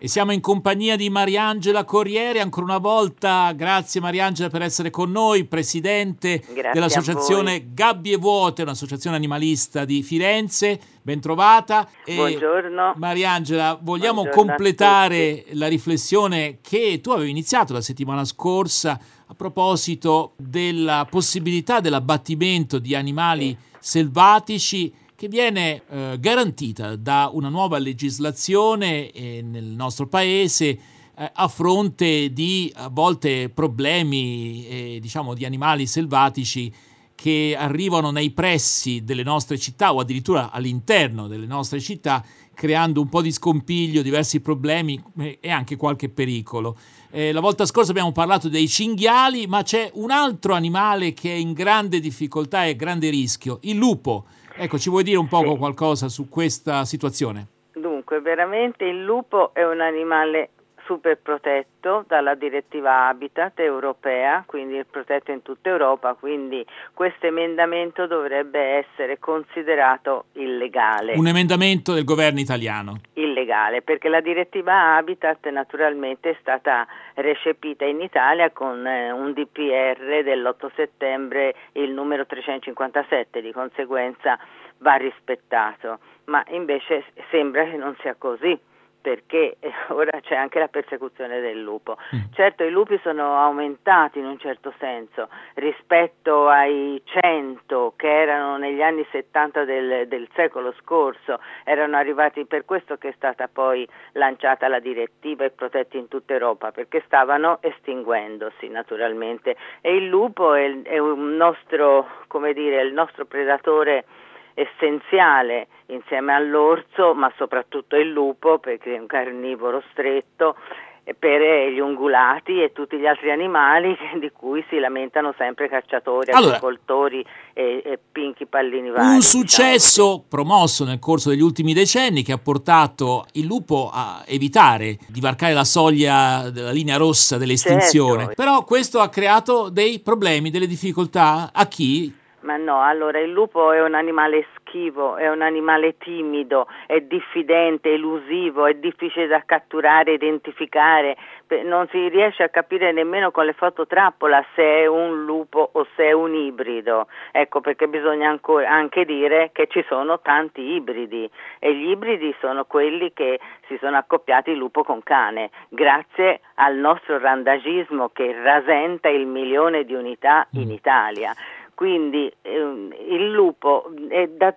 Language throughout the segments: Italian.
E siamo in compagnia di Mariangela Corrieri, ancora una volta. Grazie Mariangela per essere con noi, presidente dell'associazione Gabbie Vuote, un'associazione animalista di Firenze. Ben trovata. Buongiorno. Mariangela, vogliamo completare la riflessione che tu avevi iniziato la settimana scorsa a proposito della possibilità dell'abbattimento di animali selvatici che viene garantita da una nuova legislazione nel nostro paese a fronte di a volte problemi di animali selvatici che arrivano nei pressi delle nostre città o addirittura all'interno delle nostre città, creando un po' di scompiglio, diversi problemi e anche qualche pericolo. La volta scorsa abbiamo parlato dei cinghiali, ma c'è un altro animale che è in grande difficoltà e grande rischio, il lupo. Ecco, ci vuoi dire un poco qualcosa su questa situazione? Dunque, veramente il lupo è un animale super protetto dalla direttiva Habitat europea, quindi è protetto in tutta Europa, quindi questo emendamento dovrebbe essere considerato illegale. Un emendamento del governo italiano? Illegale, perché la direttiva Habitat naturalmente è stata recepita in Italia con un DPR dell'8 settembre, il numero 357, di conseguenza va rispettato, ma invece sembra che non sia così, perché ora c'è anche la persecuzione del lupo. Certo, i lupi sono aumentati in un certo senso rispetto ai 100 che erano negli anni 70 del secolo scorso, erano arrivati, per questo che è stata poi lanciata la direttiva e protetti in tutta Europa, perché stavano estinguendosi naturalmente, e il lupo è un nostro, il nostro predatore essenziale insieme all'orso, ma soprattutto il lupo, perché è un carnivoro stretto, per gli ungulati e tutti gli altri animali di cui si lamentano sempre cacciatori, agricoltori e pinchi pallini vari. Un successo promosso nel corso degli ultimi decenni che ha portato il lupo a evitare di varcare la soglia della linea rossa dell'estinzione. Certo. Però questo ha creato dei problemi, delle difficoltà a chi? Ma no, allora il lupo è un animale schivo, è un animale timido, è diffidente, elusivo, è difficile da catturare, identificare, non si riesce a capire nemmeno con le fototrappola se è un lupo o se è un ibrido. Ecco perché bisogna anche dire che ci sono tanti ibridi, e gli ibridi sono quelli che si sono accoppiati lupo con cane, grazie al nostro randagismo che rasenta 1 milione di unità in Italia. Quindi il lupo è da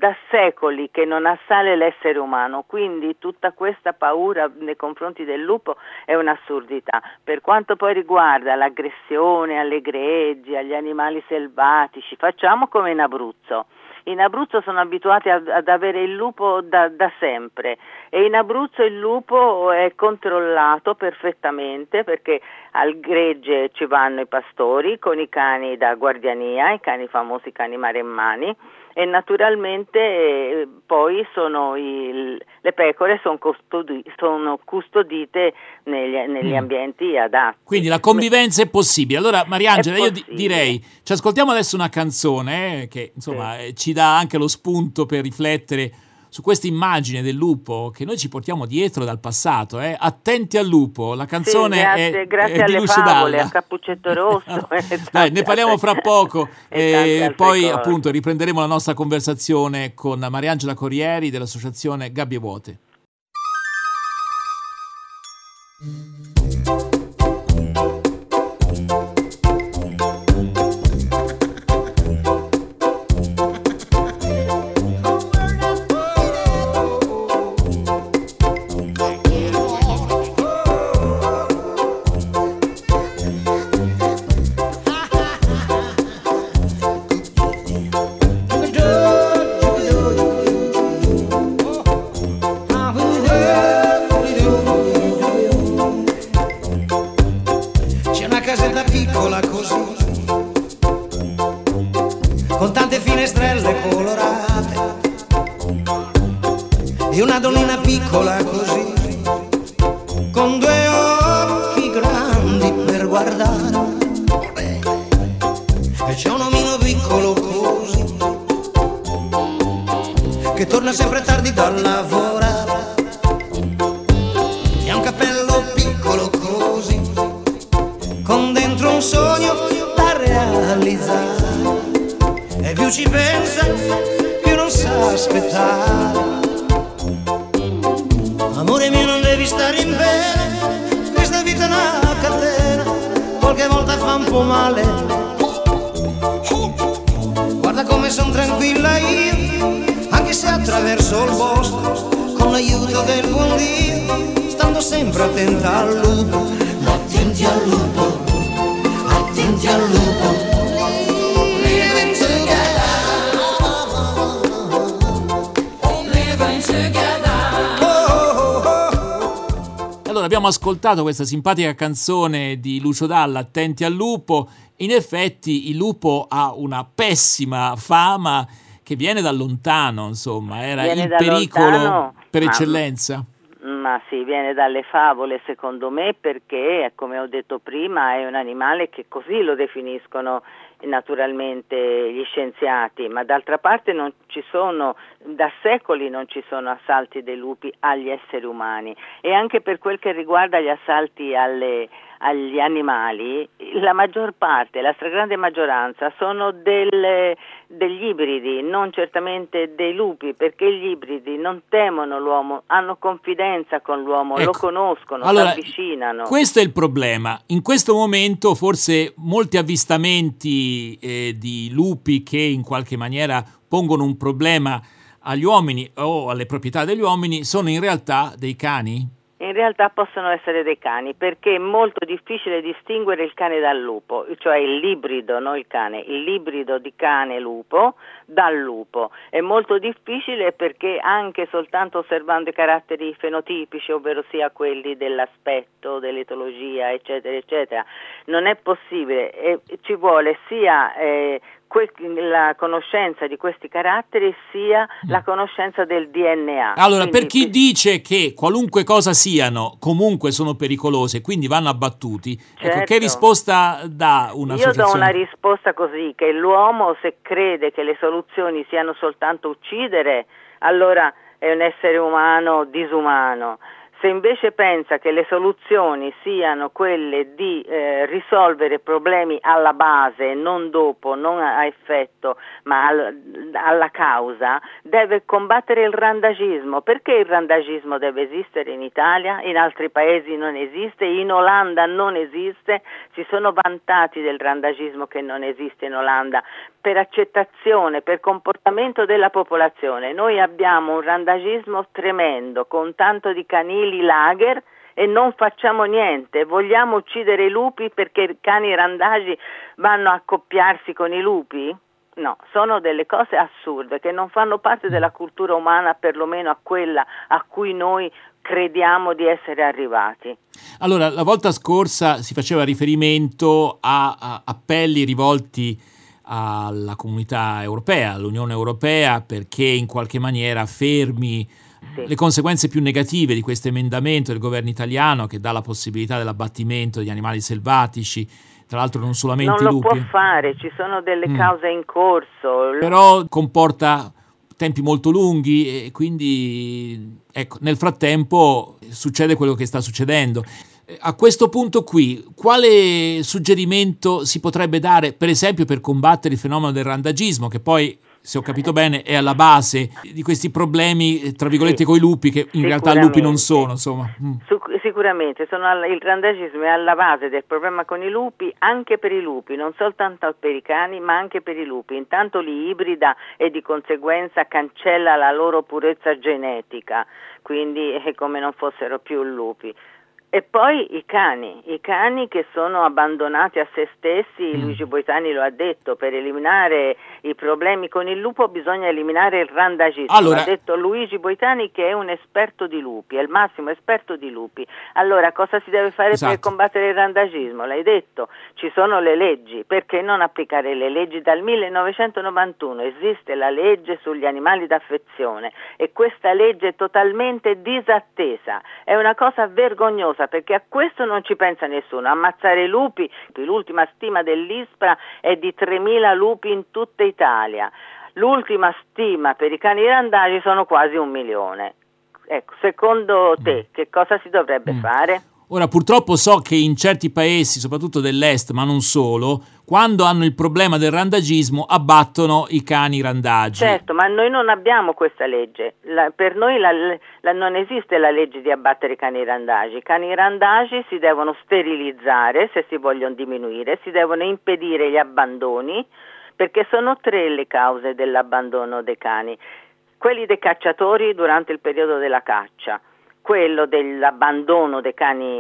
secoli che non assale l'essere umano, quindi tutta questa paura nei confronti del lupo è un'assurdità. Per quanto poi riguarda l'aggressione alle greggi, agli animali selvatici, facciamo come in Abruzzo. In Abruzzo sono abituati ad avere il lupo da sempre, e in Abruzzo il lupo è controllato perfettamente, perché al gregge ci vanno i pastori con i cani da guardiania, i famosi cani maremmani, e naturalmente poi le pecore sono custodite negli ambienti adatti. Quindi la convivenza è possibile. Allora Mariangela, io direi, ci ascoltiamo adesso una canzone che insomma ci dà anche lo spunto per riflettere su questa immagine del lupo che noi ci portiamo dietro dal passato. Attenti al lupo, la canzone grazie è di alle Lucio favole, Dalla. a Cappuccetto Rosso. Dai, ne parliamo fra poco e poi cose. appunto riprenderemo la nostra conversazione con Mariangela Corrieri dell'associazione Gabbie Vuote. più ci pensa, più non sa aspettare. Amore mio, non devi stare in pena, questa vita è una catena, qualche volta fa un po' male. Guarda come son tranquilla io, anche se attraverso il bosco, con l'aiuto del buon Dio, stando sempre attenta al lupo. Ma attenti al lupo, attenti al lupo. Allora, abbiamo ascoltato questa simpatica canzone di Lucio Dalla, Attenti al lupo. In effetti il lupo ha una pessima fama che viene da lontano, insomma, era il pericolo lontano, per eccellenza. Ma sì, viene dalle favole secondo me, perché, come ho detto prima, è un animale che così lo definiscono naturalmente gli scienziati, ma d'altra parte non ci sono, da secoli non ci sono assalti dei lupi agli esseri umani, e anche per quel che riguarda gli assalti agli animali, la maggior parte, la stragrande maggioranza sono degli ibridi, non certamente dei lupi, perché gli ibridi non temono l'uomo, hanno confidenza con l'uomo, ecco, lo conoscono, allora, si avvicinano. Questo è il problema. In questo momento forse molti avvistamenti di lupi che in qualche maniera pongono un problema agli uomini o alle proprietà degli uomini sono in realtà dei cani? In realtà possono essere dei cani, perché è molto difficile distinguere il cane dal lupo, cioè l'ibrido, non il cane, l'ibrido di cane lupo dal lupo. È molto difficile perché anche soltanto osservando i caratteri fenotipici, ovvero sia quelli dell'aspetto, dell'etologia, eccetera, eccetera, non è possibile, e ci vuole sia la conoscenza di questi caratteri sia la conoscenza del DNA. Allora, quindi, per chi dice che qualunque cosa siano, comunque sono pericolose, quindi vanno abbattuti, certo. Ecco, che risposta dà un'associazione? Io do una risposta così, che l'uomo, se crede che le soluzioni siano soltanto uccidere, allora è un essere umano disumano. Se invece pensa che le soluzioni siano quelle di risolvere problemi alla base, non dopo, non a effetto, ma alla causa, deve combattere il randagismo. Perché il randagismo deve esistere in Italia? In altri paesi non esiste, in Olanda non esiste, si sono vantati del randagismo che non esiste in Olanda, per accettazione, per comportamento della popolazione. Noi abbiamo un randagismo tremendo, con tanto di canili lager, e non facciamo niente. Vogliamo uccidere i lupi perché i cani randagi vanno a accoppiarsi con i lupi? No, sono delle cose assurde che non fanno parte della cultura umana, perlomeno a quella a cui noi crediamo di essere arrivati. Allora, la volta scorsa si faceva riferimento a appelli rivolti alla comunità europea, all'Unione Europea, perché in qualche maniera fermi le conseguenze più negative di questo emendamento del governo italiano che dà la possibilità dell'abbattimento degli animali selvatici, tra l'altro non solamente i lupi. Non lo può fare, ci sono delle cause in corso. Però comporta tempi molto lunghi e quindi ecco, nel frattempo succede quello che sta succedendo. A questo punto qui, quale suggerimento si potrebbe dare, per esempio, per combattere il fenomeno del randagismo, che poi, se ho capito bene, è alla base di questi problemi, tra virgolette, coi lupi, che in realtà lupi non sono, insomma. Sicuramente, il randagismo è alla base del problema con i lupi, anche per i lupi, non soltanto per i cani, ma anche per i lupi. Intanto li ibrida e di conseguenza cancella la loro purezza genetica, quindi è come non fossero più lupi. E poi i cani che sono abbandonati a se stessi. Luigi Boitani lo ha detto, per eliminare i problemi con il lupo bisogna eliminare il randagismo. Allora, ha detto Luigi Boitani, che è un esperto di lupi, è il massimo esperto di lupi. Allora cosa si deve fare per combattere il randagismo? L'hai detto, ci sono le leggi, perché non applicare le leggi? Dal 1991 esiste la legge sugli animali d'affezione e questa legge è totalmente disattesa, è una cosa vergognosa, perché a questo non ci pensa nessuno. Ammazzare i lupi, l'ultima stima dell'ISPRA è di 3.000 lupi in tutta Italia, l'ultima stima per i cani randagi sono quasi 1 milione. Ecco, secondo te che cosa si dovrebbe fare? Ora, purtroppo so che in certi paesi, soprattutto dell'est, ma non solo, quando hanno il problema del randagismo abbattono i cani randagi. Certo, ma noi non abbiamo questa legge. Per noi non esiste la legge di abbattere i cani randagi. I cani randagi si devono sterilizzare se si vogliono diminuire, si devono impedire gli abbandoni, perché sono 3 le cause dell'abbandono dei cani. Quelli dei cacciatori durante il periodo della caccia, quello dell'abbandono dei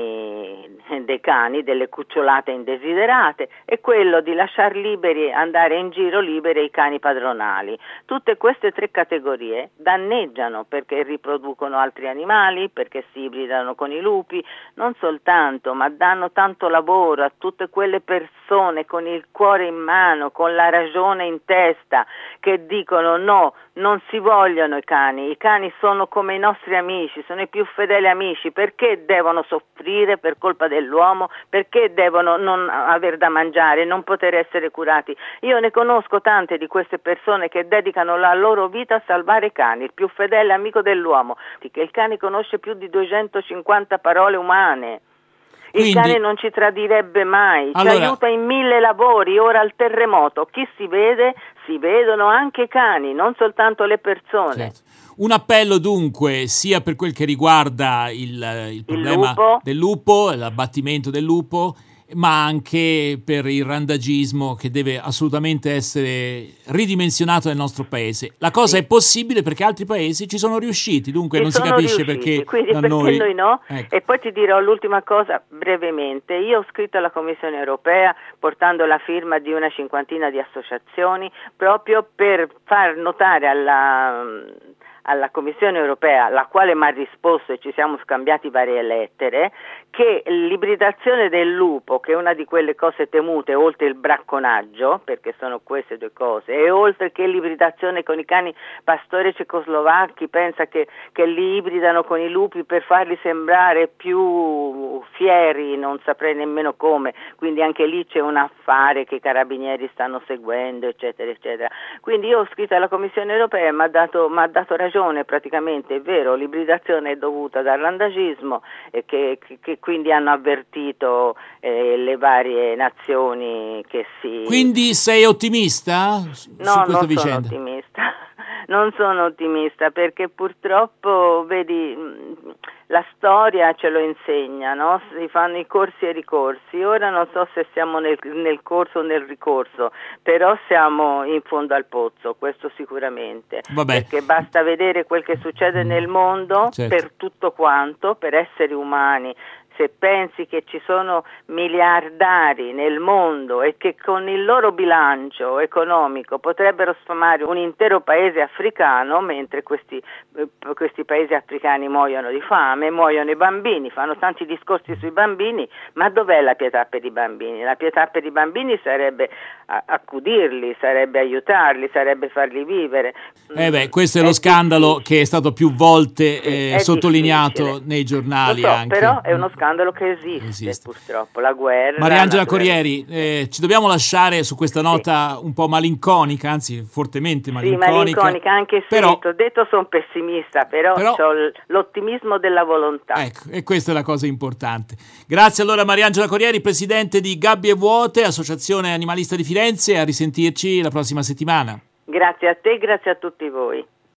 cani, delle cucciolate indesiderate, e quello di lasciar liberi, andare in giro liberi i cani padronali. Tutte queste 3 categorie danneggiano perché riproducono altri animali, perché si ibridano con i lupi, non soltanto, ma danno tanto lavoro a tutte quelle persone con il cuore in mano, con la ragione in testa, che dicono no, non si vogliono i cani sono come i nostri amici, sono i più fedeli amici, perché devono soffrire per colpa dell'uomo, perché devono non aver da mangiare, non poter essere curati. Io ne conosco tante di queste persone che dedicano la loro vita a salvare i cani, il più fedele amico dell'uomo, che il cane conosce più di 250 parole umane. Il cane non ci tradirebbe mai, ci aiuta in 1000 lavori. Ora al terremoto chi si vede? Si vedono anche i cani, non soltanto le persone. Certo. Un appello dunque sia per quel che riguarda il problema del lupo, l'abbattimento del lupo, ma anche per il randagismo che deve assolutamente essere ridimensionato nel nostro paese. La cosa è possibile perché altri paesi ci sono riusciti, dunque non si capisce perché noi no. Ecco. E poi ti dirò l'ultima cosa brevemente. Io ho scritto alla Commissione europea portando la firma di una 50ina di associazioni proprio per far notare alla Commissione europea, la quale mi ha risposto e ci siamo scambiati varie lettere, che l'ibridazione del lupo, che è una di quelle cose temute oltre il bracconaggio, perché sono queste 2 cose, e oltre che l'ibridazione con i cani pastori cecoslovacchi, pensa che li ibridano con i lupi per farli sembrare più fieri, non saprei nemmeno come, quindi anche lì c'è un affare che i carabinieri stanno seguendo, eccetera, eccetera. Quindi io ho scritto alla Commissione europea e mi ha dato ragione, praticamente è vero, l'ibridazione è dovuta dal randagismo e che quindi hanno avvertito le varie nazioni che si... Quindi sei ottimista su questa vicenda? Non sono ottimista perché purtroppo, vedi, la storia ce lo insegna, no? Si fanno i corsi e ricorsi. Ora non so se siamo nel corso o nel ricorso, però siamo in fondo al pozzo, questo sicuramente. Vabbè. Perché basta vedere quel che succede nel mondo, certo, per tutto quanto, per esseri umani. Se pensi che ci sono miliardari nel mondo e che con il loro bilancio economico potrebbero sfamare un intero paese africano, mentre questi paesi africani muoiono di fame, muoiono i bambini, fanno tanti discorsi sui bambini, ma dov'è la pietà per i bambini? La pietà per i bambini sarebbe accudirli, sarebbe aiutarli, sarebbe farli vivere. Questo è lo scandalo che è stato più volte sottolineato difficile nei giornali. Anche. Però è uno scandalo che esiste. Purtroppo, la guerra. Mariangela Corrieri, ci dobbiamo lasciare su questa nota un po' malinconica, anzi fortemente malinconica. Sì, malinconica, anche se ho detto sono pessimista, però ho l'ottimismo della volontà. Ecco, e questa è la cosa importante. Grazie allora Mariangela Corrieri, presidente di Gabbie Vuote, Associazione Animalista di Firenze, a risentirci la prossima settimana. Grazie a te, grazie a tutti voi.